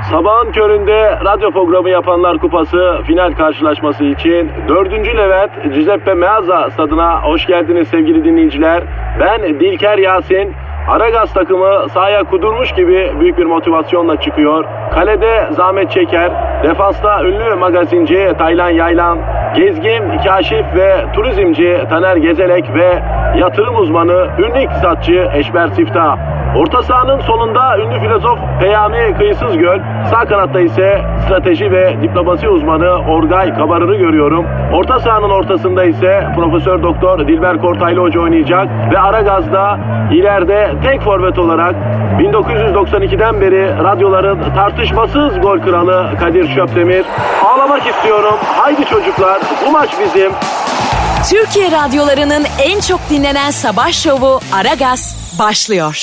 Sabahın köründe radyo programı yapanlar kupası final karşılaşması için 4. Levent Giuseppe Meazza stadına hoş geldiniz sevgili dinleyiciler. Ben Dilker Yasin. Aragaz takımı sahaya kudurmuş gibi büyük bir motivasyonla çıkıyor. Kalede Zahmet Çeker, defansta ünlü magazinci Taylan Yaylan, gezgin, kaşif ve turizmci Taner Gezelek ve yatırım uzmanı, ünlü iktisatçı Eşber Siftah. Orta sahanın solunda ünlü filozof Peyami Kıyısızgöl, sağ kanatta ise strateji ve diplomasi uzmanı Orgay Kabarır'ı görüyorum. Orta sahanın ortasında ise Profesör Doktor Dilber Kortaylı Hoca oynayacak ve Aragaz'da ileride tek forvet olarak 1992'den beri radyoların tartışmasız gol kralı Kadir Şöpdemir. Ağlamak istiyorum. Haydi çocuklar, bu maç bizim. Türkiye radyolarının en çok dinlenen sabah şovu Aragaz başlıyor.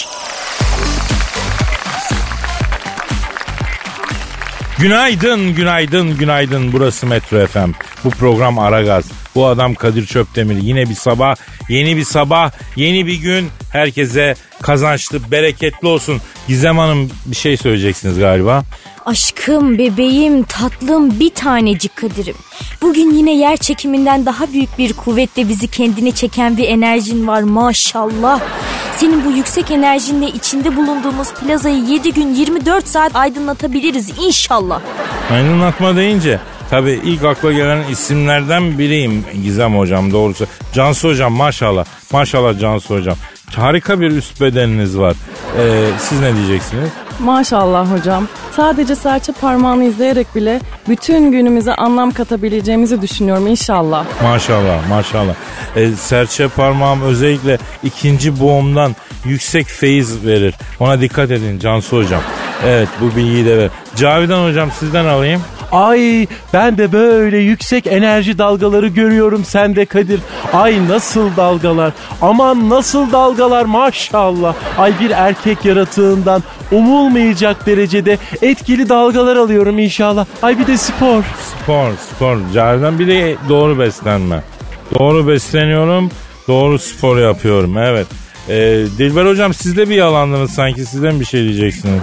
Günaydın, günaydın, günaydın. Burası Metro FM. Bu program Aragaz. Bu adam Kadir Çöpdemir. Yine bir sabah, yeni bir sabah, yeni bir gün. Herkese kazançlı, bereketli olsun. Gizem Hanım, bir şey söyleyeceksiniz galiba. Aşkım, bebeğim, tatlım, bir tanecik Kadir'im. Bugün yine yer çekiminden daha büyük bir kuvvetle bizi kendine çeken bir enerjin var maşallah. Senin bu yüksek enerjinle içinde bulunduğumuz plazayı 7 gün 24 saat aydınlatabiliriz inşallah. Aydınlatma deyince tabii ilk akla gelen isimlerden biriyim Gizem Hocam, doğrusu. Cansu Hocam maşallah, maşallah Cansu Hocam. Harika bir üst bedeniniz var. Siz ne diyeceksiniz? Maşallah hocam. Sadece serçe parmağını izleyerek bile bütün günümüze anlam katabileceğimizi düşünüyorum inşallah. Maşallah, maşallah. Serçe parmağım özellikle ikinci boğumdan yüksek feyiz verir. Ona dikkat edin Cansu Hocam. Evet, bu bilgiyi de ver. Cavidan Hocam, sizden alayım. Ay, ben de böyle yüksek enerji dalgaları görüyorum sende Kadir. Ay nasıl dalgalar, aman nasıl dalgalar maşallah. Ay bir erkek yaratığından umulmayacak derecede etkili dalgalar alıyorum inşallah. Ay bir de spor. Spor. Cavidan, bir de doğru beslenme. Doğru besleniyorum, doğru spor yapıyorum, evet. Dilber Hocam, siz de bir yalandınız sanki, sizden bir şey diyeceksiniz.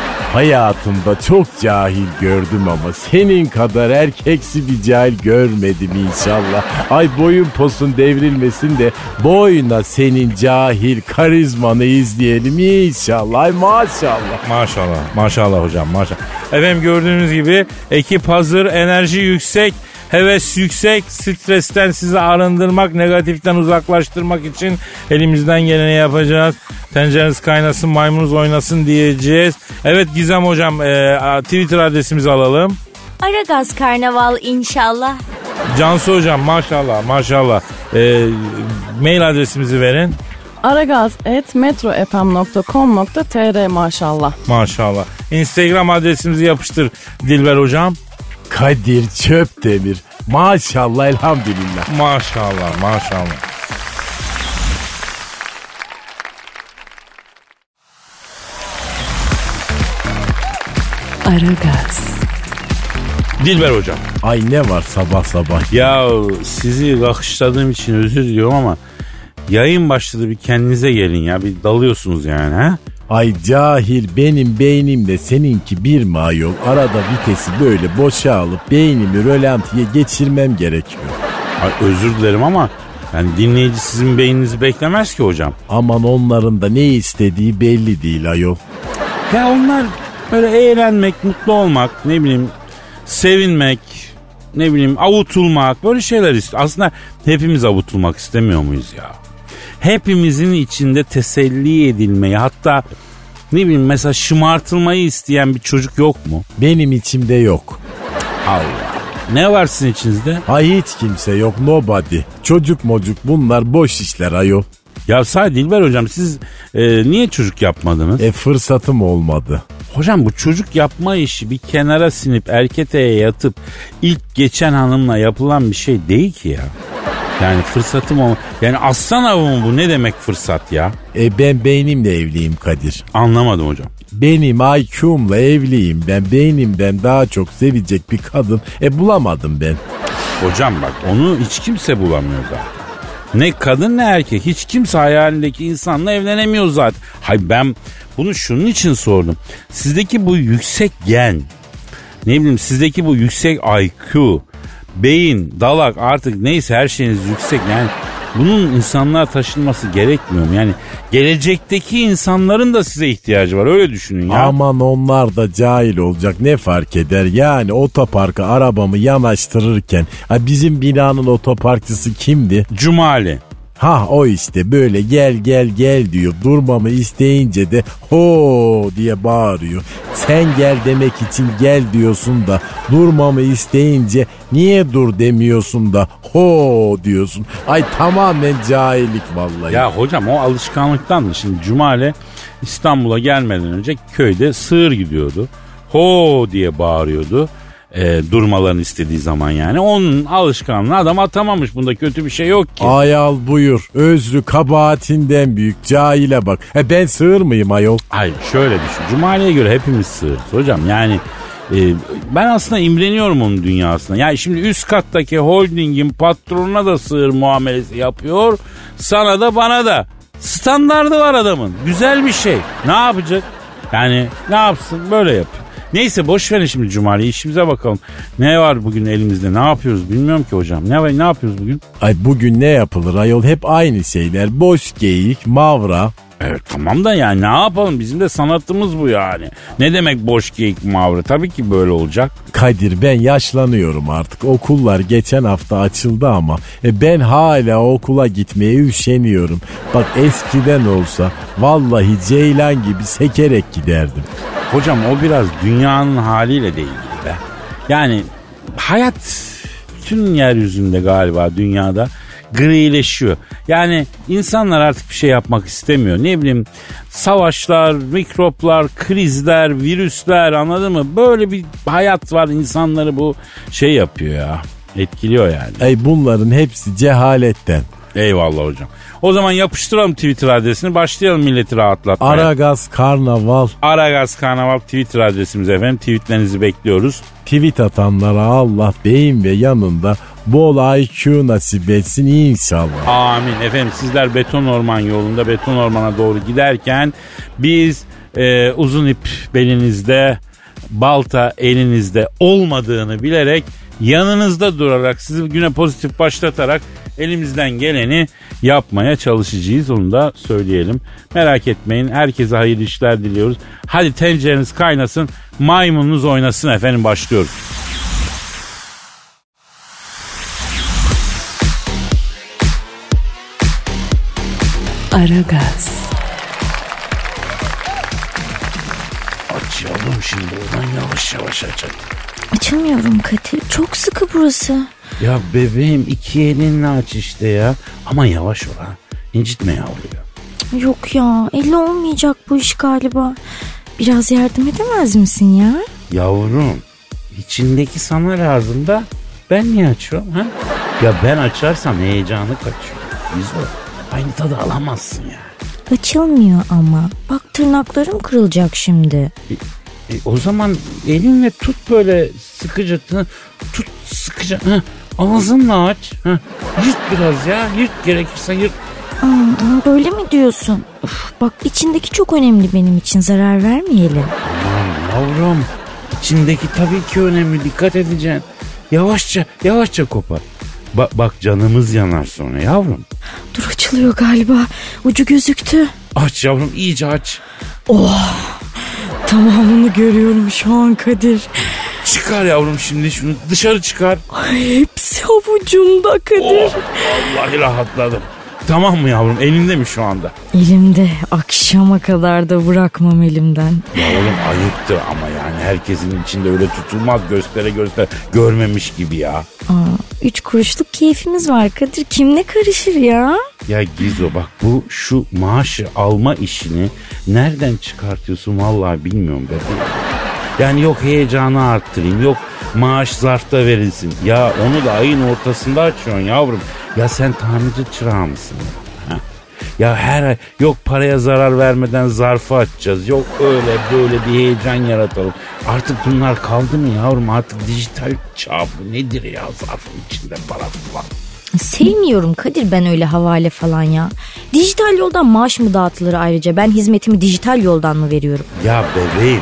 Hayatımda çok cahil gördüm ama senin kadar erkeksi bir cahil görmedim inşallah. Ay boyun posun devrilmesin de boyuna senin cahil karizmanı izleyelim inşallah. Ay maşallah. Maşallah hocam, maşallah. Efendim, gördüğünüz gibi ekip hazır, enerji yüksek. Heves yüksek, stresten sizi arındırmak, negatiften uzaklaştırmak için elimizden geleni yapacağız. Tencereniz kaynasın, maymunuz oynasın diyeceğiz. Evet Gizem Hocam, Twitter adresimizi alalım. Aragaz Karnaval inşallah. Cansu Hocam, maşallah. Mail adresimizi verin. aragaz@metrofm.com.tr maşallah. Maşallah. Instagram adresimizi yapıştır Dilber Hocam. Kadir Çöpdemir. Maşallah, elhamdülillah. Maşallah. Aragaz. Dilber Hocam. Ay ne var sabah. Ya sizi kakışladığım için özür diliyorum ama yayın başladı, bir kendinize gelin ya. Bir dalıyorsunuz yani, ha? Ay cahil, benim beynimle seninki bir mi ayol? Arada vitesi böyle boşa alıp beynimi rölantiye geçirmem gerekiyor. Ay özür dilerim ama yani dinleyici sizin beyninizi beklemez ki hocam. Aman onların da ne istediği belli değil ayol. Ya onlar böyle eğlenmek, mutlu olmak, ne bileyim sevinmek, ne bileyim avutulmak, böyle şeyler istiyor. Aslında hepimiz avutulmak istemiyor muyuz ya? Hepimizin içinde teselli edilmeyi, hatta ne bileyim mesela şımartılmayı isteyen bir çocuk yok mu? Benim içimde yok. Allah. Ne var sizin içinizde? Ay hiç kimse yok, nobody. Çocuk bunlar boş işler ayol. Ya sahi Dilber Hocam, siz niye çocuk yapmadınız? Fırsatım olmadı. Hocam bu çocuk yapma işi bir kenara sinip erketeye yatıp ilk geçen hanımla yapılan bir şey değil ki ya. Yani fırsatım olma. Yani aslan avı mı bu, ne demek fırsat ya? Ben beynimle evliyim Kadir. Anlamadım hocam. Benim IQ'mla evliyim ben. Beynimden daha çok sevecek bir kadın bulamadım ben. Hocam bak, onu hiç kimse bulamıyor zaten. Ne kadın ne erkek, hiç kimse hayalindeki insanla evlenemiyor zaten. Hayır, ben bunu şunun için sordum. Sizdeki bu yüksek gen, ne bileyim sizdeki bu yüksek IQ, beyin, dalak artık neyse her şeyiniz yüksek. Yani bunun insanlığa taşınması gerekmiyor mu? Yani gelecekteki insanların da size ihtiyacı var, öyle düşünün ya. Aman onlar da cahil olacak, ne fark eder? Yani otoparka arabamı yanaştırırken bizim binanın otoparkçısı kimdi? Cumali. Ha o işte böyle gel diyor. Durmamı isteyince de ho diye bağırıyor. Sen gel demek için gel diyorsun da durmamı isteyince niye dur demiyorsun da ho diyorsun. Ay tamamen cahillik vallahi. Ya hocam o alışkanlıktandır. Şimdi Cumali İstanbul'a gelmeden önce köyde sığır gidiyordu. Ho diye bağırıyordu. Durmalarını istediği zaman yani. Onun alışkanlığını adam atamamış. Bunda kötü bir şey yok ki. Ay al buyur. Özrü kabahatinden büyük. Cahile bak. Ben sığır mıyım ayol? Hayır şöyle düşün. Cumali'ye göre hepimiz sığırız hocam. Yani ben aslında imreniyorum onun dünyasına. Yani şimdi üst kattaki holdingin patronuna da sığır muamelesi yapıyor. Sana da bana da. Standardı var adamın. Güzel bir şey. Ne yapacak? Yani ne yapsın? Böyle yapıyor. Neyse boş verin şimdi Cumali'yi, işimize bakalım. Ne var bugün elimizde, ne yapıyoruz bilmiyorum ki hocam. Ne yapıyoruz bugün? Ay bugün ne yapılır ayol, hep aynı şeyler. Boş geyik, mavra. Evet tamam da yani ne yapalım, bizim de sanatımız bu yani. Ne demek boş geyik mavra, tabii ki böyle olacak. Kadir ben yaşlanıyorum artık, okullar geçen hafta açıldı ama ben hala okula gitmeye üşeniyorum. Bak eskiden olsa vallahi ceylan gibi sekerek giderdim. Hocam o biraz dünyanın haliyle de ilgili be. Yani hayat bütün yeryüzünde galiba dünyada grileşiyor. Yani insanlar artık bir şey yapmak istemiyor. Ne bileyim savaşlar, mikroplar, krizler, virüsler, anladın mı? Böyle bir hayat var, insanları bu şey yapıyor ya. Etkiliyor yani. Bunların hepsi cehaletten. Eyvallah hocam. O zaman yapıştıralım Twitter adresini, başlayalım milleti rahatlatmaya. Aragaz Karnaval. Aragaz Karnaval Twitter adresimiz efendim. Tweetlerinizi bekliyoruz. Tweet atanlara Allah beyin ve yanında bol IQ nasip etsin inşallah. Amin. Efendim sizler beton orman yolunda beton ormana doğru giderken biz uzun ip belinizde, balta elinizde olmadığını bilerek yanınızda durarak sizi güne pozitif başlatarak elimizden geleni yapmaya çalışacağız, onu da söyleyelim. Merak etmeyin, herkese hayırlı işler diliyoruz. Hadi tencereniz kaynasın, maymununuz oynasın efendim, başlıyoruz. Aragaz. Açalım şimdi oradan, yavaş yavaş açalım. Açamıyorum Kadir, çok sıkı burası. Ya bebeğim iki elinle aç işte ya. Ama yavaş ol ha. İncitme yavruyu. Yok ya, elle olmayacak bu iş galiba. Biraz yardım edemez misin ya? Yavrum içindeki sana lazım da ben niye açıyorum ha? Ya ben açarsam heyecanı kaçıyor. Güzel. Aynı tadı alamazsın ya. Açılmıyor ama. Bak tırnaklarım kırılacak şimdi. O zaman elinle tut böyle sıkıca. Tut sıkıca. Ha, ağzınla aç. Ha, yırt biraz ya. Yırt, gerekirse yırt. Böyle mi diyorsun? Uf, bak içindeki çok önemli benim için, zarar vermeyelim. Aman yavrum. İçindeki tabii ki önemli. Dikkat edeceksin. Yavaşça kopar. Bak canımız yanar sonra yavrum. Dur, açılıyor galiba. Ucu gözüktü. Aç yavrum, iyice aç. Oh, tamamını görüyorum şu an Kadir. Çıkar yavrum şimdi şunu, dışarı çıkar. Ay, hepsi avucumda Kadir. Vallahi rahatladım. Tamam mı yavrum, elinde mi şu anda? Elimde, akşama kadar da bırakmam elimden. Yavrum ayıptır ama yani herkesin içinde öyle tutulmaz, göstere görmemiş gibi ya. 3 kuruşluk keyfimiz var Kadir, kim ne karışır ya? Ya Gizo bak, bu şu maaşı alma işini nereden çıkartıyorsun vallahi bilmiyorum be. Yani yok heyecanı arttırayım, yok maaş zarfta verilsin. Ya onu da ayın ortasında açıyorsun yavrum. Ya sen tamirci çırağı mısın? Ha? Ya her ay yok paraya zarar vermeden zarfı açacağız. Yok öyle böyle bir heyecan yaratalım. Artık bunlar kaldı mı yavrum? Artık dijital çağ bu, nedir ya zarfın içinde para falan. Sevmiyorum Kadir ben öyle havale falan ya. Dijital yoldan maaş mı dağıtılır ayrıca? Ben hizmetimi dijital yoldan mı veriyorum? Ya bebeğim,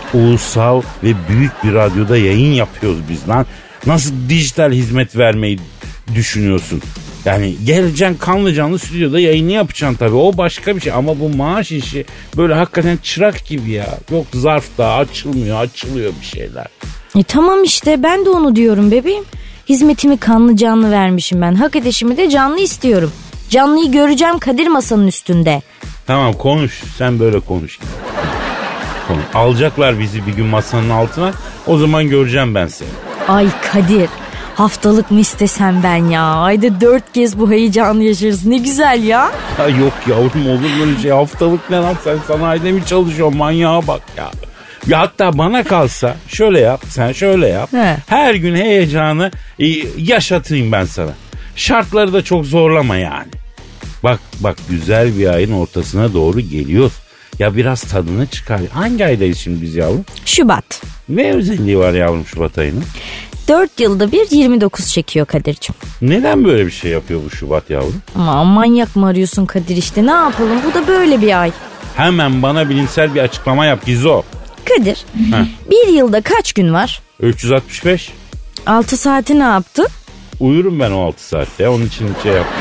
ulusal ve büyük bir radyoda yayın yapıyoruz biz lan. Nasıl dijital hizmet vermeyi düşünüyorsun? Yani geleceksin kanlı canlı stüdyoda yayını yapacaksın tabii. O başka bir şey ama bu maaş işi böyle hakikaten çırak gibi ya. Yok zarf da açılıyor bir şeyler. Tamam işte ben de onu diyorum bebeğim. Hizmetimi kanlı canlı vermişim ben. Hak edişimi de canlı istiyorum. Canlıyı göreceğim Kadir masanın üstünde. Tamam konuş sen böyle konuş. Konuş. Alacaklar bizi bir gün masanın altına o zaman göreceğim ben seni. Ay Kadir haftalık mı istesem ben ya? Ayda 4 kez bu heyecanı yaşarız ne güzel ya. Ya yok yavrum olur böyle şey haftalık ne lan sen sanayide mi çalışıyorsun manyağa bak ya. Ya hatta bana kalsa şöyle yap sen şöyle yap. He. Her gün heyecanı yaşatayım ben sana. Şartları da çok zorlama yani. Bak güzel bir ayın ortasına doğru geliyoruz. Ya biraz tadını çıkar. Hangi aydayız şimdi biz yavrum? Şubat. Ne özelliği var yavrum Şubat ayının? 4 yılda bir 29 çekiyor Kadir'cim. Neden böyle bir şey yapıyor bu Şubat yavrum? Aman manyak mı arıyorsun Kadir işte ne yapalım bu da böyle bir ay. Hemen bana bilimsel bir açıklama yap Gizo. Kadir bir yılda kaç gün var? 365. 6 saati ne yaptı? Uyurum ben o 6 saatte. Onun için şey yaptım.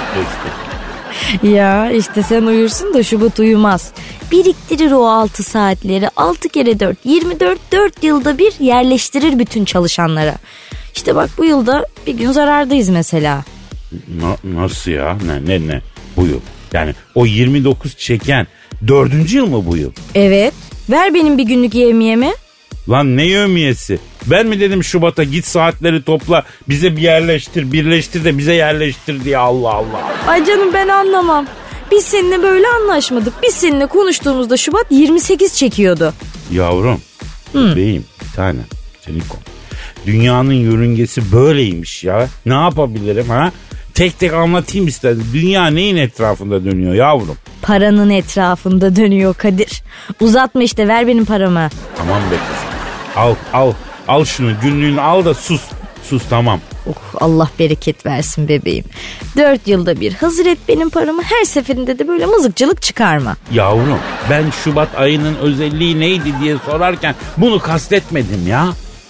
Ya işte sen uyursun da Şubat uyumaz. Biriktirir o 6 saatleri 6 kere 4 24 4 yılda bir yerleştirir bütün çalışanlara. İşte bak bu yılda bir gün zarardayız mesela. Nasıl ya? Ne? Bu yıl. Yani o 29 çeken 4. yıl mı bu yıl? Evet. Ver benim bir günlük yevmiyemi. Lan ne yevmiyesi? Ben mi dedim Şubat'a git saatleri topla bize bir yerleştir birleştir de bize yerleştir diye Allah Allah. Ay canım ben anlamam. Biz seninle böyle anlaşmadık. Biz seninle konuştuğumuzda Şubat 28 çekiyordu. Yavrum, beyim bir tane. Canikom. Dünyanın yörüngesi böyleymiş ya. Ne yapabilirim ha? Tek tek anlatayım istedim. Dünya neyin etrafında dönüyor yavrum? Paranın etrafında dönüyor Kadir. Uzatma işte ver benim paramı. Tamam be kızım. Al şunu günlüğünü al da sus. Sus tamam. Allah bereket versin bebeğim. 4 yılda bir hazır et benim paramı. Her seferinde de böyle mızıkçılık çıkarma. Yavrum ben Şubat ayının özelliği neydi diye sorarken bunu kastetmedim ya.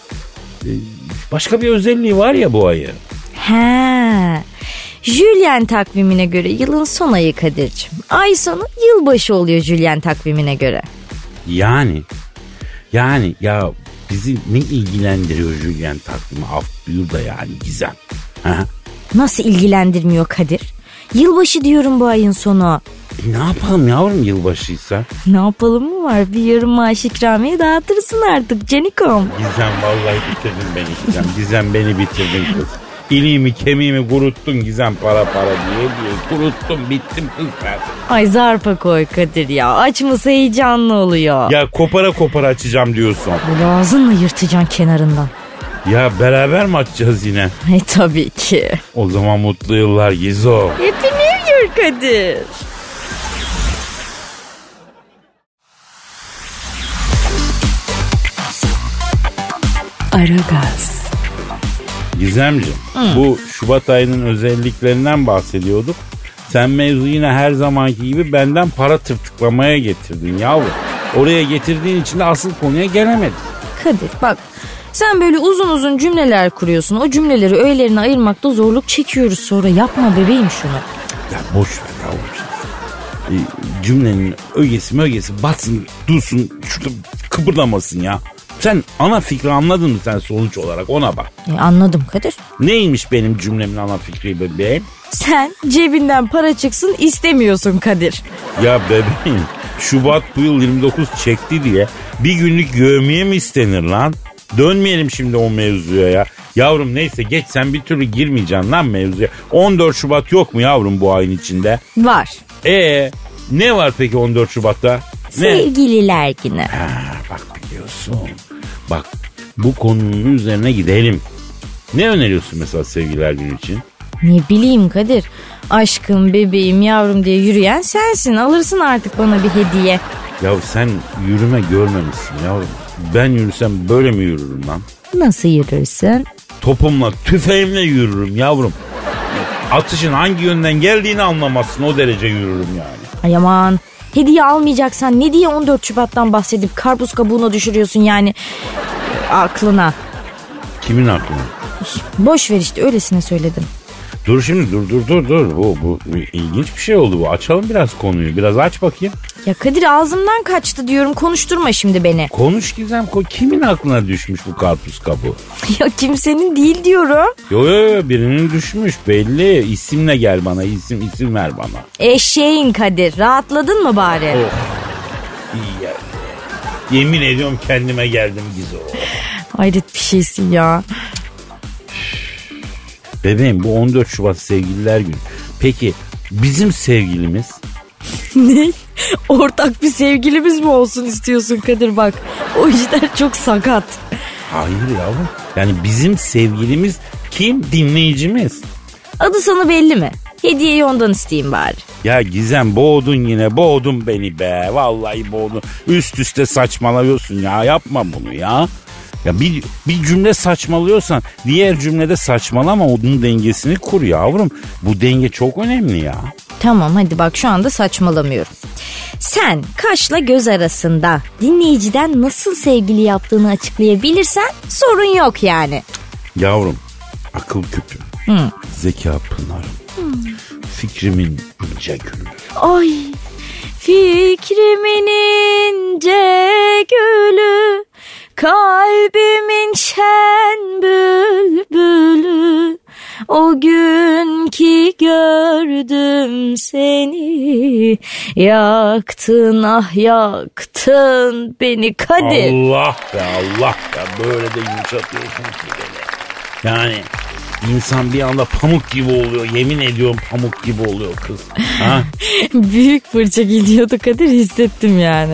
Başka bir özelliği var ya bu ayı. He. Julian takvimine göre yılın son ayı Kadir'cim. Ay sonu yılbaşı oluyor Julian takvimine göre. Yani ya bizi ne ilgilendiriyor Julian takvimi af buyur da yani Gizem. Ha? Nasıl ilgilendirmiyor Kadir? Yılbaşı diyorum bu ayın sonu. Ne yapalım yavrum yılbaşıysa? Ne yapalım mı var? Bir yarım maaş ikramiye dağıtırsın artık Canikom. Gizem vallahi bitirdin beni Gizem. Gizem beni bitirdin kız. İliğimi kemiğimi kuruttun Gizem para diye kuruttum bittim kız ben. Ay zarfa koy Kadir ya açması heyecanlı oluyor. Ya kopara açacağım diyorsun. Böyle ağzınla yırtacaksın kenarından. Ya beraber mi açacağız yine? Tabii ki. O zaman mutlu yıllar Gizo. Happy New Year Kadir. Aragaz. Gizemciğim bu Şubat ayının özelliklerinden bahsediyorduk. Sen mevzu yine her zamanki gibi benden para tırtıklamaya getirdin yavrum. Oraya getirdiğin için de asıl konuya gelemedin. Kadir bak sen böyle uzun cümleler kuruyorsun. O cümleleri öğelerine ayırmakta zorluk çekiyoruz sonra. Yapma bebeğim şunu. Ya boş ver yavrum. Cümlenin ögesi batsın dursun şurada kıpırdamasın ya. Sen ana fikri anladın mı sen sonuç olarak ona bak. Anladım Kadir. Neymiş benim cümlemin ana fikri bebeğim? Sen cebinden para çıksın istemiyorsun Kadir. Ya bebeğim Şubat bu yıl 29 çekti diye bir günlük yevmiye mi istenir lan? Dönmeyelim şimdi o mevzuya ya. Yavrum neyse geç sen bir türlü girmeyeceksin lan mevzuya. 14 Şubat yok mu yavrum bu ayın içinde? Var. Ne var peki 14 Şubat'ta? Sevgililer günü. Bak biliyorsun. Bak bu konunun üzerine gidelim. Ne öneriyorsun mesela sevgililer günü için? Ne bileyim Kadir. Aşkım, bebeğim, yavrum diye yürüyen sensin. Alırsın artık bana bir hediye. Ya sen yürüme görmemişsin yavrum. Ben yürüsem böyle mi yürürüm lan? Nasıl yürürsün? Topumla, tüfeğimle yürürüm yavrum. Atışın hangi yönden geldiğini anlamazsın o derece yürürüm yani. Ay aman Hediye almayacaksan ne diye 14 Şubat'tan bahsedip karpuz kabuğuna düşürüyorsun yani aklına. Kimin aklına? Boş ver işte, öylesine söyledim. Dur şimdi dur. Bu ilginç bir şey oldu bu. Açalım biraz konuyu. Biraz aç bakayım. Ya Kadir, ağzımdan kaçtı diyorum, konuşturma şimdi beni. Konuş Gizem. Kimin aklına düşmüş bu karpuz kabuğu? Ya kimsenin değil diyorum. Yo birinin düşmüş belli. İsimle gel bana. İsim ver bana. Eşeğin Kadir. Rahatladın mı bari? Oh. İyi geldi. Yemin ediyorum kendime geldim Gizo. Hayret bir şeysin ya. Bebeğim, bu 14 Şubat sevgililer günü. Peki bizim sevgilimiz? Ne? Ortak bir sevgilimiz mi olsun istiyorsun Kadir, bak. O işler çok sakat. Hayır yavrum. Yani bizim sevgilimiz kim? Dinleyicimiz. Adı sana belli mi? Hediyeyi ondan isteyeyim bari. Ya Gizem, boğdun beni be. Vallahi boğdun. Üst üste saçmalıyorsun ya. Yapma bunu ya. Ya bir cümle saçmalıyorsan diğer cümlede saçmalama, onun dengesini kur yavrum. Bu denge çok önemli ya. Tamam hadi bak, şu anda saçmalamıyorum. Sen kaşla göz arasında dinleyiciden nasıl sevgili yaptığını açıklayabilirsen sorun yok yani. Yavrum, akıl küpüm, zeka pınarım, fikrimin ince gülü. Ay, fikrimin ince gülü, kalbimin şen bülbülü. O gün ki gördüm seni, yaktın ah yaktın beni Kadir. Allah be böyle de yumuşatıyorsun ki beni. Yani insan bir anda pamuk gibi oluyor, yemin ediyorum pamuk gibi oluyor kız. Ha? Büyük fırça geliyordu Kadir, hissettim yani.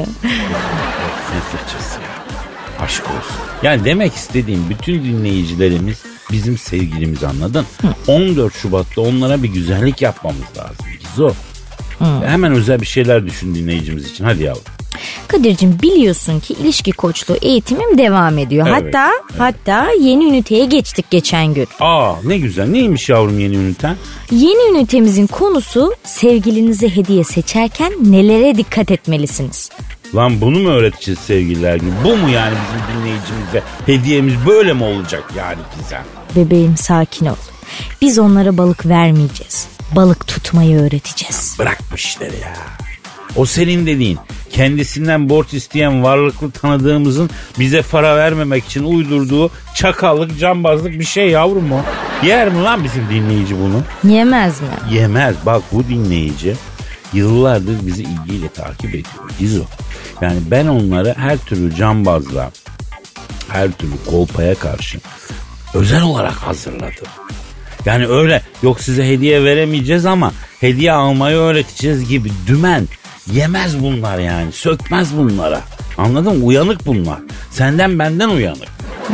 Ne fırçası ya, aşk olsun. Yani demek istediğim, bütün dinleyicilerimiz bizim sevgilimiz, anladın? 14 Şubat'ta onlara bir güzellik yapmamız lazım Gizo. Hemen özel bir şeyler düşün dinleyicimiz için, hadi yavrum. Kadir'cim, biliyorsun ki ilişki koçluğu eğitimim devam ediyor. Evet, Hatta yeni üniteye geçtik geçen gün. Aa, ne güzel. Neymiş yavrum yeni üniten? Yeni ünitemizin konusu, sevgilinize hediye seçerken nelere dikkat etmelisiniz? Lan bunu mu öğreteceğiz sevgililer günü? Bu mu yani bizim dinleyicimize hediyemiz, böyle mi olacak yani Gizem? Bebeğim, sakin ol. Biz onlara balık vermeyeceğiz. Balık tutmayı öğreteceğiz. Bırak bu işleri ya. O senin dediğin, kendisinden borç isteyen varlıklı tanıdığımızın bize para vermemek için uydurduğu çakallık, cambazlık bir şey yavrum o. Yer mi lan bizim dinleyici bunu? Yemez mi? Yemez. Bak, bu dinleyici yıllardır bizi ilgiyle takip ediyor Gizo. Yani ben onları her türlü cambazlığa, her türlü kolpaya karşı özel olarak hazırladım. Yani öyle yok size hediye veremeyeceğiz ama hediye almayı öğreteceğiz gibi dümen yemez bunlar yani. Sökmez bunlara. Anladın mı? Uyanık bunlar. Senden benden uyanık.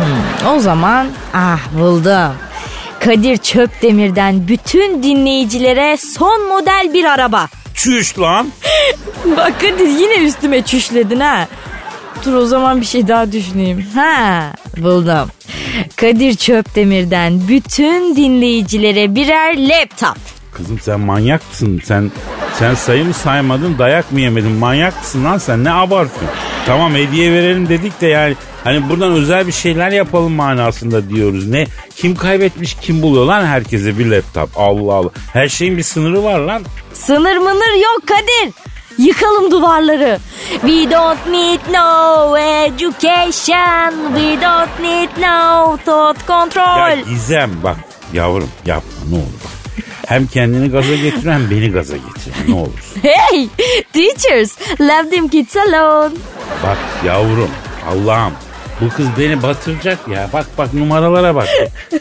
O zaman buldum. Kadir Çöpdemir'den bütün dinleyicilere son model bir araba. Çüş lan. Bak Kadir, yine üstüme çüşledin ha. Dur o zaman bir şey daha düşüneyim. Buldum. Kadir Çöpdemir'den bütün dinleyicilere birer laptop. Kızım sen manyak mısın? Sen sayı mı saymadın, dayak mı yemedin? Manyak mısın lan sen? Ne abartıyorsun? Tamam, hediye verelim dedik de yani hani buradan özel bir şeyler yapalım manasında diyoruz. Ne? Kim kaybetmiş, kim buluyor lan herkese bir laptop? Allah Allah. Her şeyin bir sınırı var lan. Sınır mınır yok Kadir. Yıkalım duvarları. We don't need no education. We don't need no thought control. Ya Gizem bak yavrum, yapma ne olur bak. Hem kendini gaza getir hem beni gaza getir ne olur. Hey teachers, leave them kids alone. Bak yavrum, Allah'ım bu kız beni batıracak ya. Bak numaralara bak.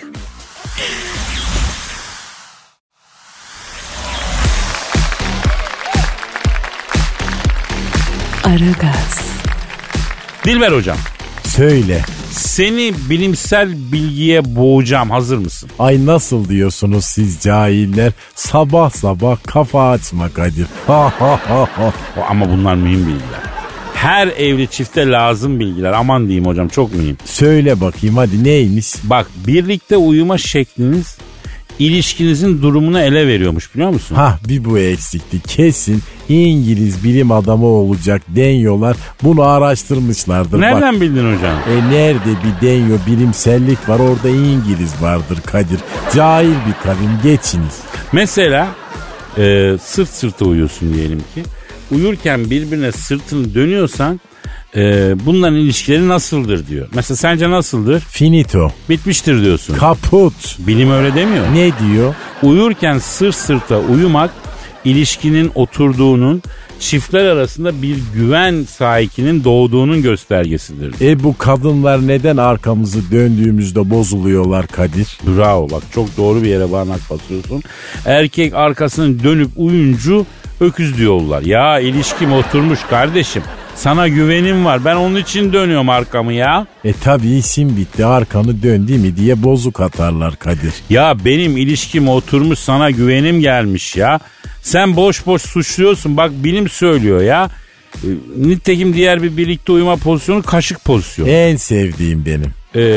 Aragaz. Dilber hocam. Söyle. Seni bilimsel bilgiye boğacağım. Hazır mısın? Ay nasıl diyorsunuz siz cahiller? Sabah sabah kafa açma Kadir. Ama bunlar mühim bilgiler. Her evli çifte lazım bilgiler. Aman diyeyim hocam, çok mühim. Söyle bakayım hadi, neymiş? Bak, birlikte uyuma şekliniz ilişkinizin durumunu ele veriyormuş, biliyor musun? Hah, bir bu eksikti. Kesin İngiliz bilim adamı olacak deniyorlar. Bunu araştırmışlardır. Nereden bak. bildin hocam? Nerede bir deniyor bilimsellik var, orada İngiliz vardır Kadir. Cahil bir kavim, geçiniz. Mesela sırt sırta uyuyorsun diyelim ki. Uyurken birbirine sırtını dönüyorsan bunların ilişkileri nasıldır diyor. Mesela sence nasıldır? Finito. Bitmiştir diyorsun. Kaput. Bilim öyle demiyor. Ne diyor? Uyurken sırt sırta uyumak ilişkinin oturduğunun, çiftler arasında bir güven sahikinin doğduğunun göstergesidir. Bu kadınlar neden arkamızı döndüğümüzde bozuluyorlar Kadir? Bravo, bak çok doğru bir yere parmak basıyorsun. Erkek arkasını dönüp uyuncu öküz diyorlar. Ya ilişkim oturmuş kardeşim. Sana güvenim var. Ben onun için dönüyorum arkamı ya. Tabi isim bitti, arkanı dön değil mi diye bozuk atarlar Kadir. Ya benim ilişkim oturmuş, sana güvenim gelmiş ya. Sen boş boş suçluyorsun. Bak bilim söylüyor ya. Nitekim diğer bir birlikte uyuma pozisyonu kaşık pozisyonu. En sevdiğim benim.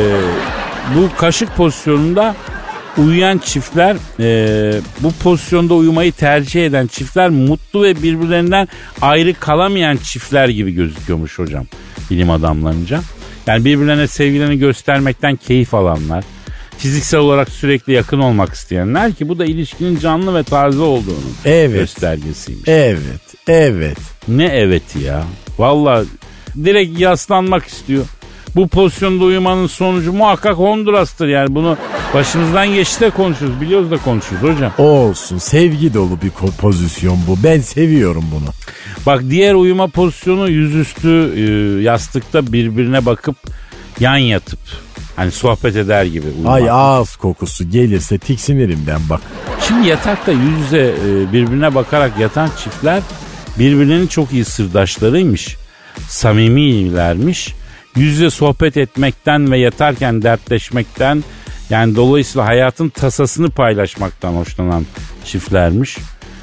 Bu kaşık pozisyonunda uyuyan çiftler, bu pozisyonda uyumayı tercih eden çiftler mutlu ve birbirlerinden ayrı kalamayan çiftler gibi gözüküyormuş hocam, bilim adamlarınca. Yani birbirlerine sevgilerini göstermekten keyif alanlar, fiziksel olarak sürekli yakın olmak isteyenler, ki bu da ilişkinin canlı ve taze olduğunun göstergesiymiş. Evet. Ne evet ya? Vallahi direkt yaslanmak istiyor. Bu pozisyonda uyumanın sonucu muhakkak Honduras'tır yani. Bunu başımızdan geçti de konuşuyoruz. Biliyoruz da konuşuyoruz hocam. Olsun, sevgi dolu bir pozisyon bu. Ben seviyorum bunu. Bak diğer uyuma pozisyonu yüzüstü yastıkta birbirine bakıp yan yatıp hani sohbet eder gibi uyumak. Ay, ağız kokusu gelirse tiksinirim ben bak. Şimdi yatakta yüz yüze birbirine bakarak yatan çiftler birbirlerinin çok iyi sırdaşlarıymış. Samimilermiş. Yüz yüze sohbet etmekten ve yatarken dertleşmekten, yani dolayısıyla hayatın tasasını paylaşmaktan hoşlanan çiftlermiş.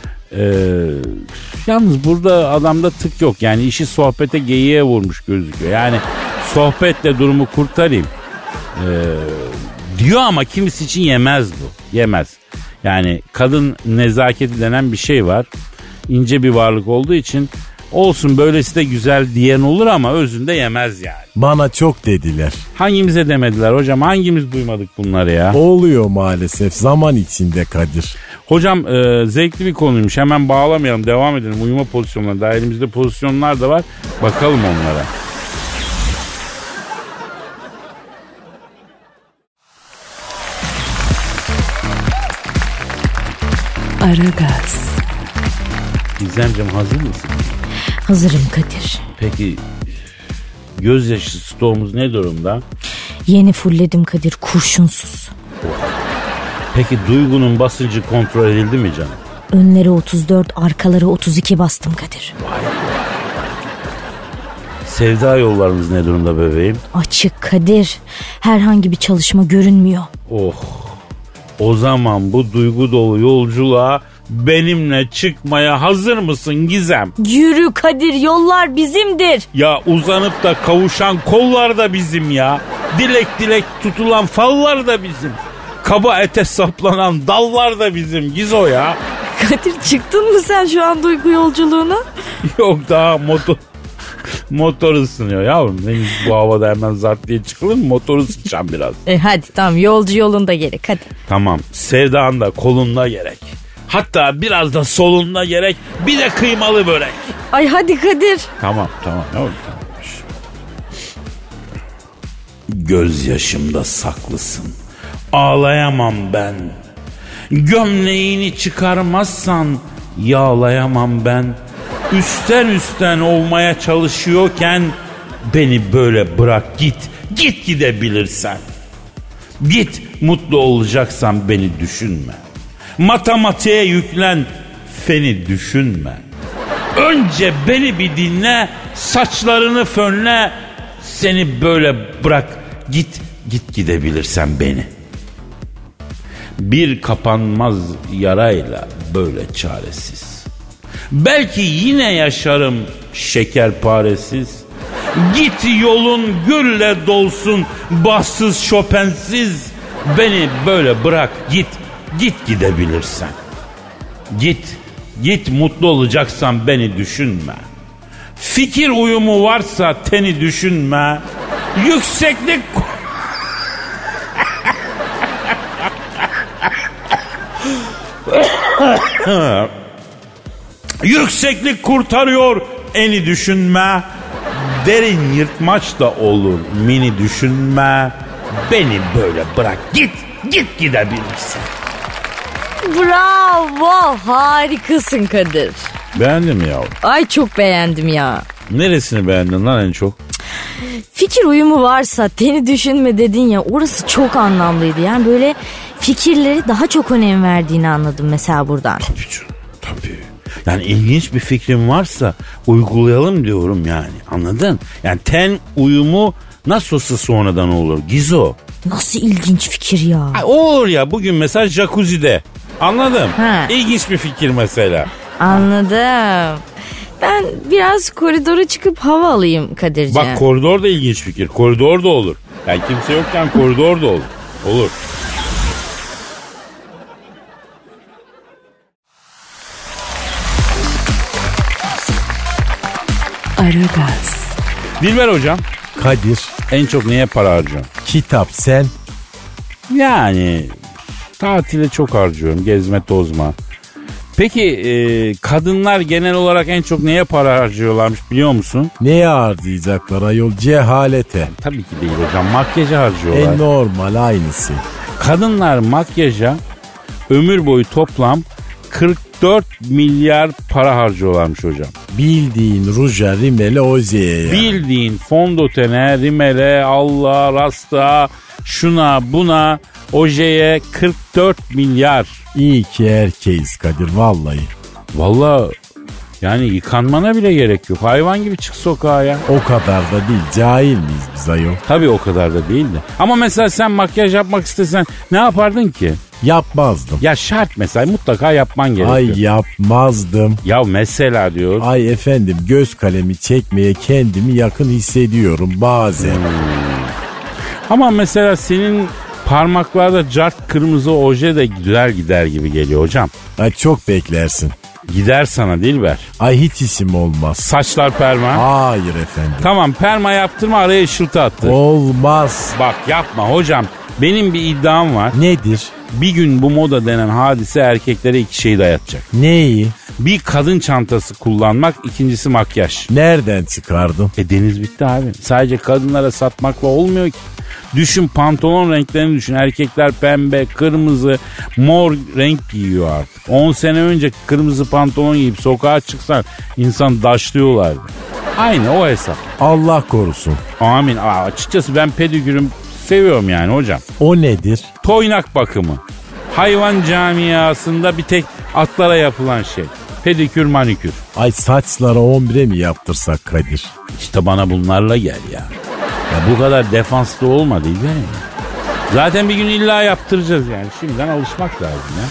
Yalnız burada adamda tık yok. Yani işi sohbete, geyiğe vurmuş gözüküyor. Yani sohbetle durumu kurtarayım diyor ama kimisi için yemez bu. Yemez. Yani kadın nezaketi denen bir şey var. İnce bir varlık olduğu için olsun böylesi de güzel diyen olur ama özünde yemez yani. Bana çok dediler. Hangimize demediler hocam? Hangimiz duymadık bunları ya? Oluyor maalesef zaman içinde Kadir. Hocam zevkli bir konuymuş. Hemen bağlamayalım, devam edelim. Uyuma pozisyonları. Daha elimizde pozisyonlar da var. Bakalım onlara. Aragaz. Gizemciğim hazır mısın? Hazırım Kadir. Peki gözyaşı stoğumuz ne durumda? Yeni fullledim Kadir, kurşunsuz. Peki duygunun basıncı kontrol edildi mi canım? Önleri 34, arkaları 32 bastım Kadir. Sevda yollarımız ne durumda bebeğim? Açık Kadir. Herhangi bir çalışma görünmüyor. Oh. O zaman bu duygu dolu yolculuğa benimle çıkmaya hazır mısın Gizem? Yürü Kadir, yollar bizimdir. Ya uzanıp da kavuşan kollar da bizim ya. Dilek dilek tutulan fallar da bizim. Kaba ete saplanan dallar da bizim Gizo ya. Kadir, çıktın mı sen şu an duygu yolculuğuna? Yok, daha motor ısınıyor yavrum. Bu havada hemen zart diye çıkılır mı? Motoru ısıtacağım biraz. Hadi tamam, yolcu yolunda gerek hadi. Tamam, sevdan da kolunda gerek. Hatta biraz da solunda gerek. Bir de kıymalı börek. Ay hadi Kadir. Tamam yavrum, tamam. Gözyaşımda saklısın. Ağlayamam ben. Gömleğini çıkarmazsan yağlayamam ben. Üstten olmaya çalışıyorken beni böyle bırak git. Git gidebilirsen. Git, mutlu olacaksan beni düşünme. Matematiğe yüklen, feni düşünme. Önce beni bir dinle, saçlarını fönle. Seni böyle bırak git gidebilirsen beni. Bir kapanmaz yarayla böyle çaresiz. Belki yine yaşarım şekerparesiz. Git yolun gülle dolsun, bahtsız şöpensiz. Beni böyle bırak git Git gidebilirsen. Git mutlu olacaksan beni düşünme. Fikir uyumu varsa teni düşünme. Yükseklik... Yükseklik kurtarıyor eni düşünme. Derin yırtmaç da olur mini düşünme. Beni böyle bırak git gidebilirsin. Bravo, harikasın Kadir. Beğendin mi yavrum? Ay çok beğendim ya. Neresini beğendin lan en çok? Fikir uyumu varsa teni düşünme dedin ya, orası çok anlamlıydı. Yani böyle fikirleri daha çok önem verdiğini anladım mesela buradan. Tabii canım, tabii. Yani ilginç bir fikrin varsa uygulayalım diyorum yani, anladın? Yani ten uyumu nasıl olsa sonradan olur Gizo. Nasıl ilginç fikir ya. Olur ya, bugün mesela jacuzzi'de. Anladım. İlginç bir fikir mesela. Anladım. Ben biraz koridora çıkıp hava alayım Kadir'ciğim. Bak, koridor da ilginç fikir. Koridor da olur. Yani kimse yokken koridor da olur. Olur. Aragaz. Dilber hocam, Kadir, en çok neye para harcıyorsun? kitap sen. Yani tatile çok harcıyorum. Gezme tozma. Peki kadınlar genel olarak en çok neye para harcıyorlarmış biliyor musun? Neye harcayacaklar ayol? Cehalete. Tabii ki değil hocam. Makyaja harcıyorlar. Normal aynısı. Kadınlar makyaja ömür boyu toplam 44 milyar para harcıyorlarmış hocam. Bildiğin ruja, rimele, ozeye ya. Bildiğin fondötene, rimele, Allah, rasta, şuna buna, ojeye 44 milyar. İyi ki erkeğiz Kadir vallahi. Vallahi yani yıkanmana bile gerek yok. Hayvan gibi çık sokağa ya. O kadar da değil. Cahil miyiz biz ayol? Tabii o kadar da değil de. Ama mesela sen makyaj yapmak istesen ne yapardın ki? Yapmazdım. Ya şart mesela, mutlaka yapman gerekiyor. Ay yapmazdım. Ya mesela diyor. Ay efendim, göz kalemi çekmeye kendimi yakın hissediyorum bazen. Ama mesela senin parmaklarda cart kırmızı oje de güzel gider gibi geliyor hocam. Ay çok beklersin. Gider sana Dilber. Ay hiç isim olmaz. Saçlar perma. Hayır efendim. Tamam, perma yaptırma, araya ışıltı attır. Olmaz. Bak yapma hocam. Benim bir iddiam var. Nedir? Bir gün bu moda denen hadise erkeklere iki şeyi dayatacak. Neyi? Bir, kadın çantası kullanmak, ikincisi makyaj. Nereden çıkardın? Deniz bitti abi. Sadece kadınlara satmakla olmuyor ki. Düşün, pantolon renklerini düşün. Erkekler pembe, kırmızı, mor renk giyiyor artık. 10 sene önce kırmızı pantolon giyip sokağa çıksan insan daşlıyorlardı. Aynı o hesap. Allah korusun. Amin. Açıkçası ben pedikürüm seviyorum yani hocam. O nedir? Toynak bakımı. Hayvan camiasında bir tek atlara yapılan şey. Pedikür, manikür. Ay saçlara 11'e mi yaptırsak Kadir? İşte bana bunlarla gel ya. Ya bu kadar defanslı olma değil mi? Zaten bir gün illa yaptıracağız yani. Şimdiden alışmak lazım ya.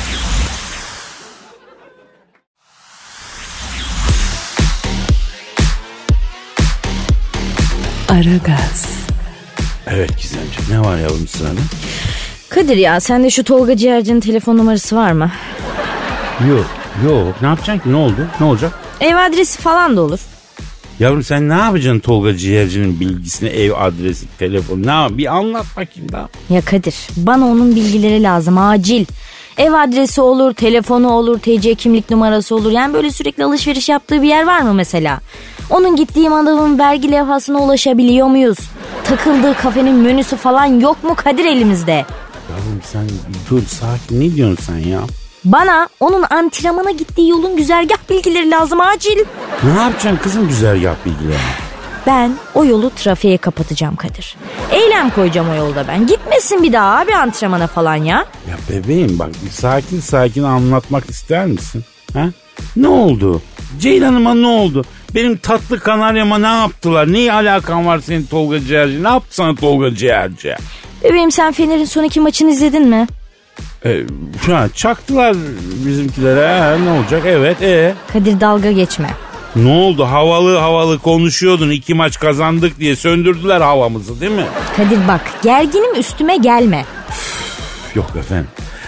Aragaz. Evet Gizemciğim, ne var yavrum sırada? Kadir ya, sende şu Tolga Ciğerci'nin telefon numarası var mı? Yok. Ne yapacaksın ki? Ne oldu? Ne olacak? Ev adresi falan da olur. Yavrum sen ne yapacaksın Tolga Ciğerci'nin bilgisini, ev adresi, telefonu? Bir anlat bakayım daha. Ya Kadir, bana onun bilgileri lazım acil. Ev adresi olur, telefonu olur, TC kimlik numarası olur. Yani böyle sürekli alışveriş yaptığı bir yer var mı mesela? Onun gittiği adamın vergi levhasına ulaşabiliyor muyuz? Takıldığı kafenin menüsü falan yok mu Kadir elimizde? Yavrum sen dur, sakin, ne diyorsun sen ya? Bana onun antrenmana gittiği yolun güzergah bilgileri lazım acil. Ne yapacaksın kızım güzergah bilgilerini? Ben o yolu trafiğe kapatacağım Kadir. Eylem koyacağım o yolda ben. Gitmesin bir daha abi antrenmana falan ya. Ya bebeğim bak, bir sakin anlatmak ister misin? Ha? Ne oldu? Ceylan'ıma ne oldu? Benim tatlı kanaryama ne yaptılar? Ne alakan var senin Tolga Ciğerci? Ne yaptı sana Tolga Ciğerci? Bebeğim, sen Fener'in son 2 maçını izledin mi? Şu an çaktılar bizimkilere. Ne olacak? Evet. Kadir dalga geçme. Ne oldu? Havalı konuşuyordun. 2 maç kazandık diye söndürdüler havamızı değil mi? Kadir bak, gerginim, üstüme gelme. Yok efendim.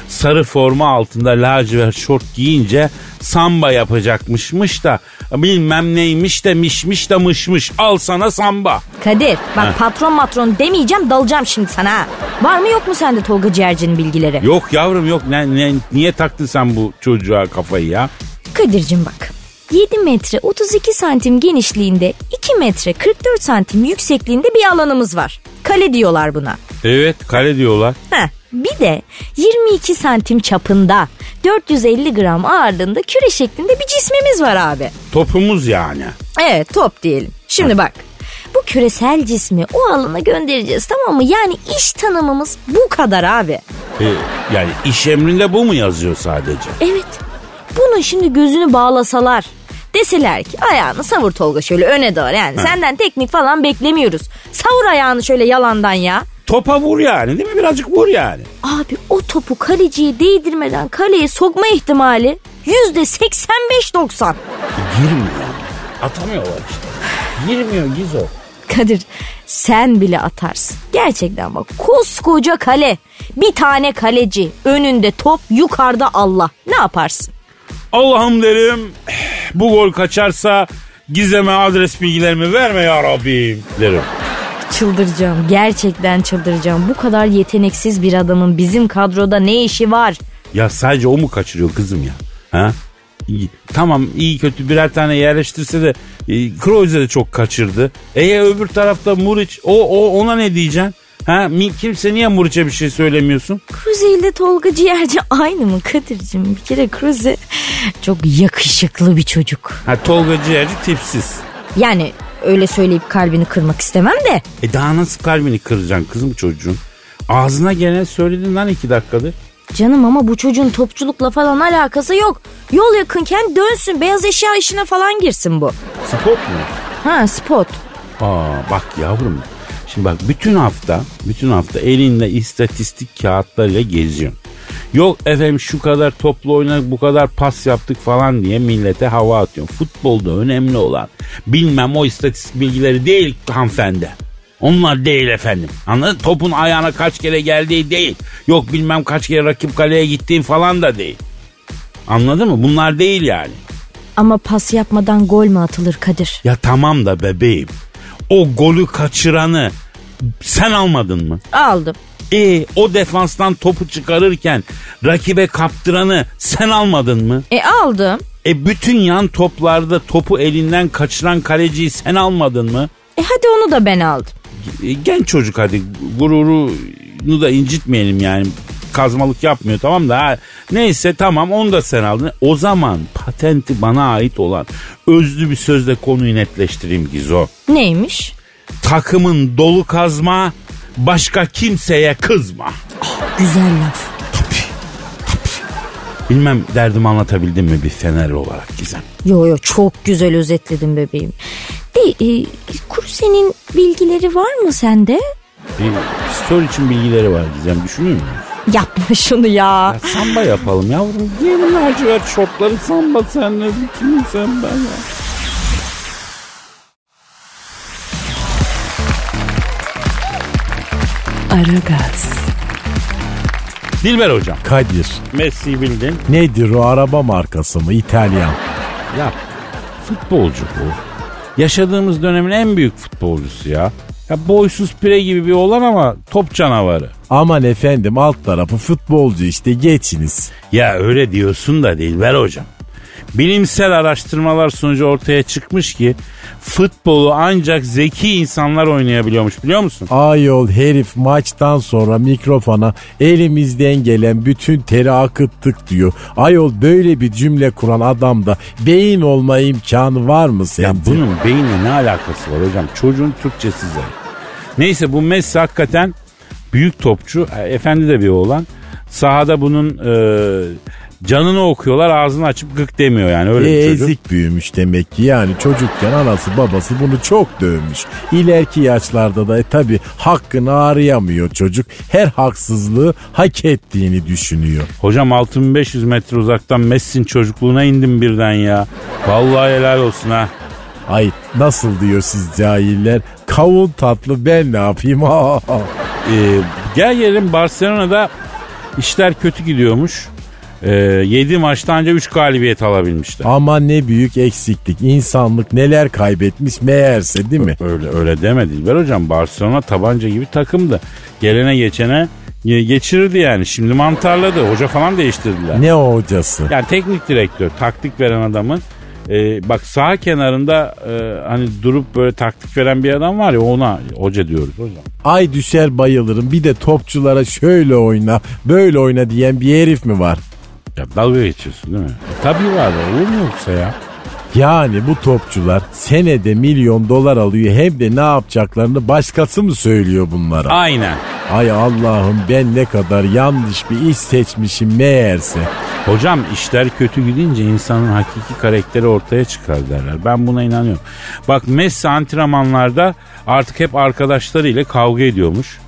sarı forma altında lacivert şort giyince samba yapacakmışmış da bilmem neymiş de mişmiş de mışmış. Al sana samba. Kadir bak patron matron demeyeceğim, dalacağım şimdi sana ha. Var mı yok mu sende Tolga Ciğerci'nin bilgileri? Yok yavrum yok. Niye taktın sen bu çocuğa kafayı ya? Kadir'cim bak. 7 metre 32 santim genişliğinde 2 metre 44 santim yüksekliğinde bir alanımız var. Kale diyorlar buna. Evet, kale diyorlar. Bir de 22 santim çapında 450 gram ağırlığında küre şeklinde bir cismimiz var abi. Topumuz yani. Evet, top diyelim. Şimdi bak, bu küresel cismi o alana göndereceğiz, tamam mı? Yani iş tanımımız bu kadar abi. Yani iş emrinde bu mu yazıyor sadece? Evet. Bunun şimdi gözünü bağlasalar, deseler ki ayağını savur Tolga şöyle öne doğru, yani senden teknik falan beklemiyoruz. Savur ayağını şöyle yalandan ya. Topa vur yani, değil mi? Birazcık vur yani. Abi o topu kaleciye değdirmeden kaleye sokma ihtimali %85-90. Girmiyor. Atamıyorlar işte. Girmiyor Gizo. Kadir sen bile atarsın. Gerçekten bak, koskoca kale, bir tane kaleci, önünde top, yukarıda Allah. Ne yaparsın? Allah'ım derim, bu gol kaçarsa Gizem'e adres bilgilerimi verme ya Rabbim derim. Çıldıracağım, gerçekten çıldıracağım. Bu kadar yeteneksiz bir adamın bizim kadroda ne işi var? Ya sadece o mu kaçırıyor kızım ya? Ha? Tamam, iyi kötü birer tane yerleştirse de Kroos'e de çok kaçırdı. Öbür tarafta Muriç, ona ne diyeceksin? Ha, kimse niye Muriç'e bir şey söylemiyorsun? Kroos ile Tolga Ciğerci aynı mı Kadir'cim? Bir kere Kroos çok yakışıklı bir çocuk. Ha, Tolga Ciğerci tipsiz. Yani öyle söyleyip kalbini kırmak istemem de. Daha nasıl kalbini kıracaksın kızım çocuğun? Ağzına gelen söyledin lan 2 dakikadır. Canım ama bu çocuğun topçulukla falan alakası yok. Yol yakınken dönsün, beyaz eşya işine falan girsin bu. Spot mu? Ha, spot. Bak yavrum. Şimdi bak, bütün hafta elinde istatistik kağıtlarıyla geziyorsun. Yok efendim şu kadar toplu oynadık, bu kadar pas yaptık falan diye millete hava atıyorsun. Futbolda önemli olan bilmem o istatistik bilgileri değil hanımefendi. Onlar değil efendim. Anladın? Topun ayağına kaç kere geldiği değil. Yok bilmem kaç kere rakip kaleye gittiğin falan da değil. Anladın mı? Bunlar değil yani. Ama pas yapmadan gol mü atılır Kadir? Ya tamam da bebeğim. O golü kaçıranı sen almadın mı? Aldım. O defanstan topu çıkarırken rakibe kaptıranı sen almadın mı? Aldım. Bütün yan toplarda topu elinden kaçıran kaleciyi sen almadın mı? Hadi onu da ben aldım. Genç çocuk, hadi gururunu da incitmeyelim yani. Kazmalık yapmıyor, tamam da neyse, tamam, onu da sen aldın. O zaman patenti bana ait olan özlü bir sözle konuyu netleştireyim Gizo. Neymiş? Takımın dolu kazma, başka kimseye kızma. Güzel laf. Tabii. Bilmem derdimi anlatabildim mi bir Fenerli olarak Gizem? Yo çok güzel özetledin bebeğim. Kroos'un bilgileri var mı sende? Story için bilgileri var Gizem, düşünüyor musun? Yapma şunu ya. Samba yapalım yavrum. Giyelim lacivert şortları, samba senle. Bütün sen ben ya. Aragaz. Dilber hocam. Kadir. Messi'yi bildin. Nedir o, araba markası mı, İtalyan? Ya futbolcu bu. Yaşadığımız dönemin en büyük futbolcusu ya. Ya boysuz pire gibi bir olan ama top canavarı. Aman efendim, alt tarafı futbolcu işte, geçiniz. Ya öyle diyorsun da Dilber hocam. Bilimsel araştırmalar sonucu ortaya çıkmış ki futbolu ancak zeki insanlar oynayabiliyormuş, biliyor musun? Ayol herif maçtan sonra mikrofona elimizden gelen bütün teri akıttık diyor. Ayol böyle bir cümle kuran adamda beyin olma imkanı var mı sence? Ya bunun beyinle ne alakası var hocam? Çocuğun Türkçesi zaten. Neyse, bu Messi hakikaten büyük topçu. Efendi de bir oğlan. Sahada bunun canını okuyorlar, ağzını açıp gık demiyor yani, öyle bir çocuk. Ezik büyümüş demek ki, yani çocukken anası babası bunu çok dövmüş. İleriki yaşlarda da tabii hakkını arayamıyor çocuk. Her haksızlığı hak ettiğini düşünüyor. Hocam 6500 metre uzaktan Messi'nin çocukluğuna indim birden ya. Vallahi helal olsun ha. Ay nasıl diyor siz cahiller? Kavun tatlı, ben ne yapayım? Gel gelelim Barcelona'da işler kötü gidiyormuş. 7 maçta anca 3 galibiyet alabilmişler. Ama ne büyük eksiklik. İnsanlık neler kaybetmiş meğerse, değil mi? Öyle demedi Dilber hocam. Barcelona tabanca gibi takımdı. Gelene geçene geçirirdi yani. Şimdi mantarladı. Hoca falan değiştirdiler. Ne o hocası? Yani teknik direktör, taktik veren adamın bak sağ kenarında hani durup böyle taktik veren bir adam var ya, ona hoca diyoruz hocam. Ay düşer bayılırım, bir de topçulara şöyle oyna böyle oyna diyen bir herif mi var? Ya dalga geçiyorsun değil mi? Tabii var, olur mu yoksa ya? Yani bu topçular senede milyon dolar alıyor, hem de ne yapacaklarını başkası mı söylüyor bunlara? Aynen. Ay Allah'ım, ben ne kadar yanlış bir iş seçmişim meğerse. Hocam işler kötü gidince insanın hakiki karakteri ortaya çıkar derler. Ben buna inanıyorum. Bak Messi antrenmanlarda artık hep arkadaşlarıyla kavga ediyormuş.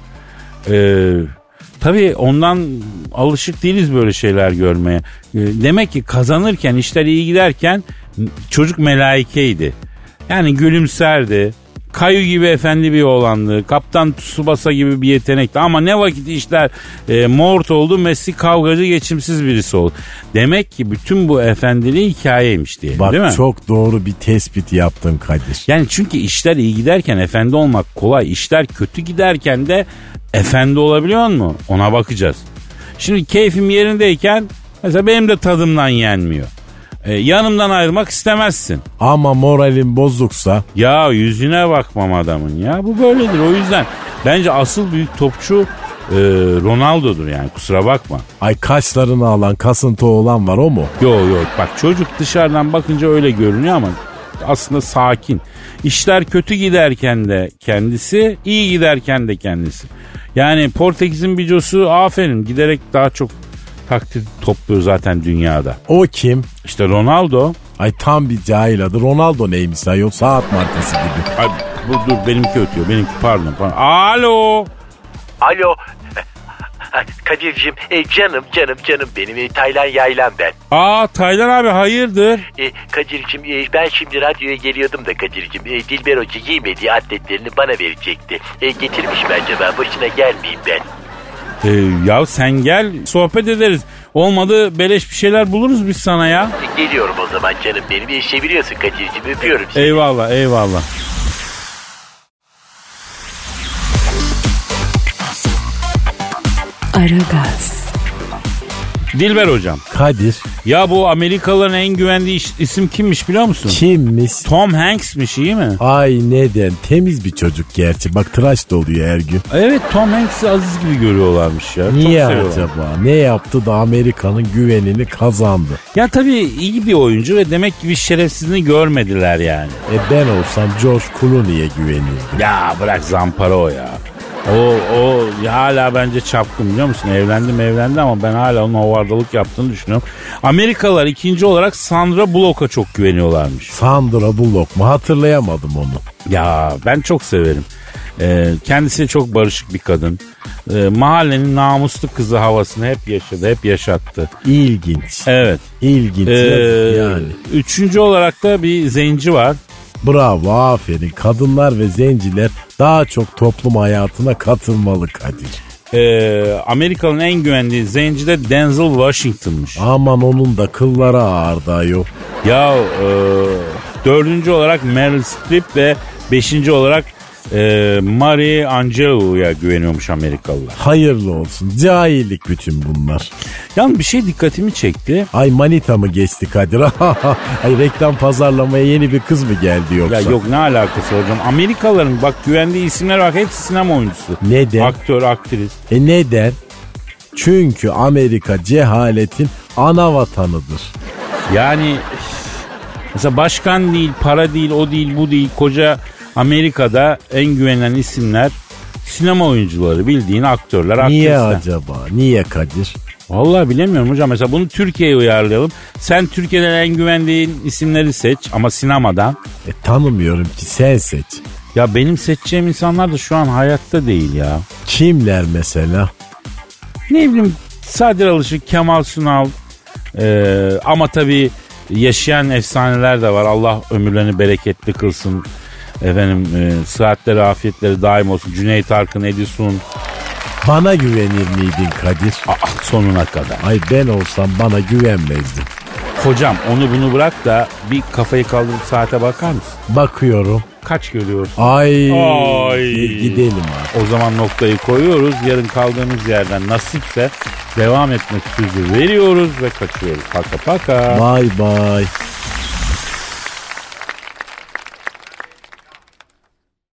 Tabii ondan alışık değiliz böyle şeyler görmeye. Demek ki kazanırken, işler iyi giderken çocuk melaikeydi. Yani gülümserdi. Kayu gibi efendi bir oğlandı. Kaptan Tsubasa gibi bir yetenekti. Ama ne vakit işler mort oldu, Messi kavgacı, geçimsiz birisi oldu. Demek ki bütün bu efendiliği hikayeymiş diye. Bak, değil mi? çok doğru bir tespit yaptın Kadir. Yani çünkü işler iyi giderken efendi olmak kolay. İşler kötü giderken de efendi olabiliyor mu? Ona bakacağız. Şimdi keyfim yerindeyken mesela benim de tadımdan yenmiyor. Yanımdan ayrılmak istemezsin. Ama moralin bozuksa? Ya yüzüne bakmam adamın ya. Bu böyledir. O yüzden bence asıl büyük topçu Ronaldo'dur yani, kusura bakma. Ay kaşlarını alan, kasıntı olan var, o mu? Yok bak, çocuk dışarıdan bakınca öyle görünüyor ama aslında sakin. İşler kötü giderken de kendisi, iyi giderken de kendisi. Yani Portekiz'in bicosu aferin, giderek daha çok takdir topluyor zaten dünyada. O kim? İşte Ronaldo. Ay tam bir cahil adı. Ronaldo neymiş ayol? Saat markası gibi. Ay, dur benimki ötüyor. Benimki pardon. Alo. Alo. Kadir'cim canım benim Taylan Yaylan ben. Taylan abi, hayırdır? Kadir'cim ben şimdi radyoya geliyordum da Kadir'cim Dilber Hoca giymediği atletlerini bana verecekti. Getirmiş mi acaba? Başına gelmeyeyim ben. Ya sen gel, sohbet ederiz. Olmadı beleş bir şeyler buluruz biz sana ya. Geliyorum o zaman canım benim. Seviyorsun Kadir'cim, öpüyorum seni. Eyvallah. Aragaz. Dilber hocam. Kadir. Ya bu Amerikalıların en güvendiği isim kimmiş biliyor musun? Kimmiş? Tom Hanks'miş, iyi mi? Ay neden? Temiz bir çocuk gerçi. Bak tıraş da oluyor her gün. Evet, Tom Hanks'i Aziz gibi görüyorlarmış ya. Niye Çok acaba? Ne yaptı da Amerika'nın güvenini kazandı? Ya tabii iyi bir oyuncu ve demek ki bir şerefsizliğini görmediler yani. Ben olsam George Clooney'e güvenirdim. Ya bırak zampara o ya. O hala bence çapkın, biliyor musun? Evlendi ama ben hala onun hovardalık yaptığını düşünüyorum. Amerikalılar ikinci olarak Sandra Bullock'a çok güveniyorlarmış. Sandra Bullock mu? Hatırlayamadım onu. Ya ben çok severim. Kendisi çok barışık bir kadın. Mahallenin namuslu kızı havasını hep yaşadı, hep yaşattı. İlginç. Evet. İlginç yani. Üçüncü olarak da bir zenci var. Bravo, aferin. Kadınlar ve zenciler daha çok toplum hayatına katılmalı Kadir. Amerika'nın en güvendiği zenci de Denzel Washington'mış. Aman onun da kılları ağırdı ayol. Ya dördüncü olarak Meryl Streep ve beşinci olarak Marie Angelou'ya güveniyormuş Amerikalılar. Hayırlı olsun. Cahillik bütün bunlar. Yalnız bir şey dikkatimi çekti. Ay manita mı geçti Kadir? Ay reklam pazarlamaya yeni bir kız mı geldi yoksa? Ya yok, ne alakası hocam? Amerikalıların bak güvendiği isimler bak, hepsi sinema oyuncusu. Neden? Aktör, aktris. Neden? Çünkü Amerika cehaletin ana vatanıdır. Yani mesela başkan değil, para değil, o değil, bu değil. Koca Amerika'da en güvenilen isimler sinema oyuncuları, bildiğin aktörler, aktrisler. Niye acaba? Niye Kadir? Vallahi bilemiyorum hocam. Mesela bunu Türkiye'ye uyarlayalım. Sen Türkiye'den en güvendiğin isimleri seç ama sinemadan. Tanımıyorum ki, sen seç. Ya benim seçeceğim insanlar da şu an hayatta değil ya. Kimler mesela? Ne bileyim, Sadir Alışık, Kemal Sunal, ama tabii yaşayan efsaneler de var. Allah ömürlerini bereketli kılsın. Efendim sıhhatleri, afiyetleri daim olsun. Cüneyt Arkın, Edison. Bana güvenir miydin Kadir? Sonuna kadar. Ay ben olsam bana güvenmezdim. Hocam onu bunu bırak da bir kafayı kaldırıp saate bakar mısın? Bakıyorum. Kaç görüyorsun? Ay. Gidelim abi. O zaman noktayı koyuyoruz. Yarın kaldığımız yerden nasipse devam etmek sözü veriyoruz ve kaçıyoruz. Paka paka. Bye bye.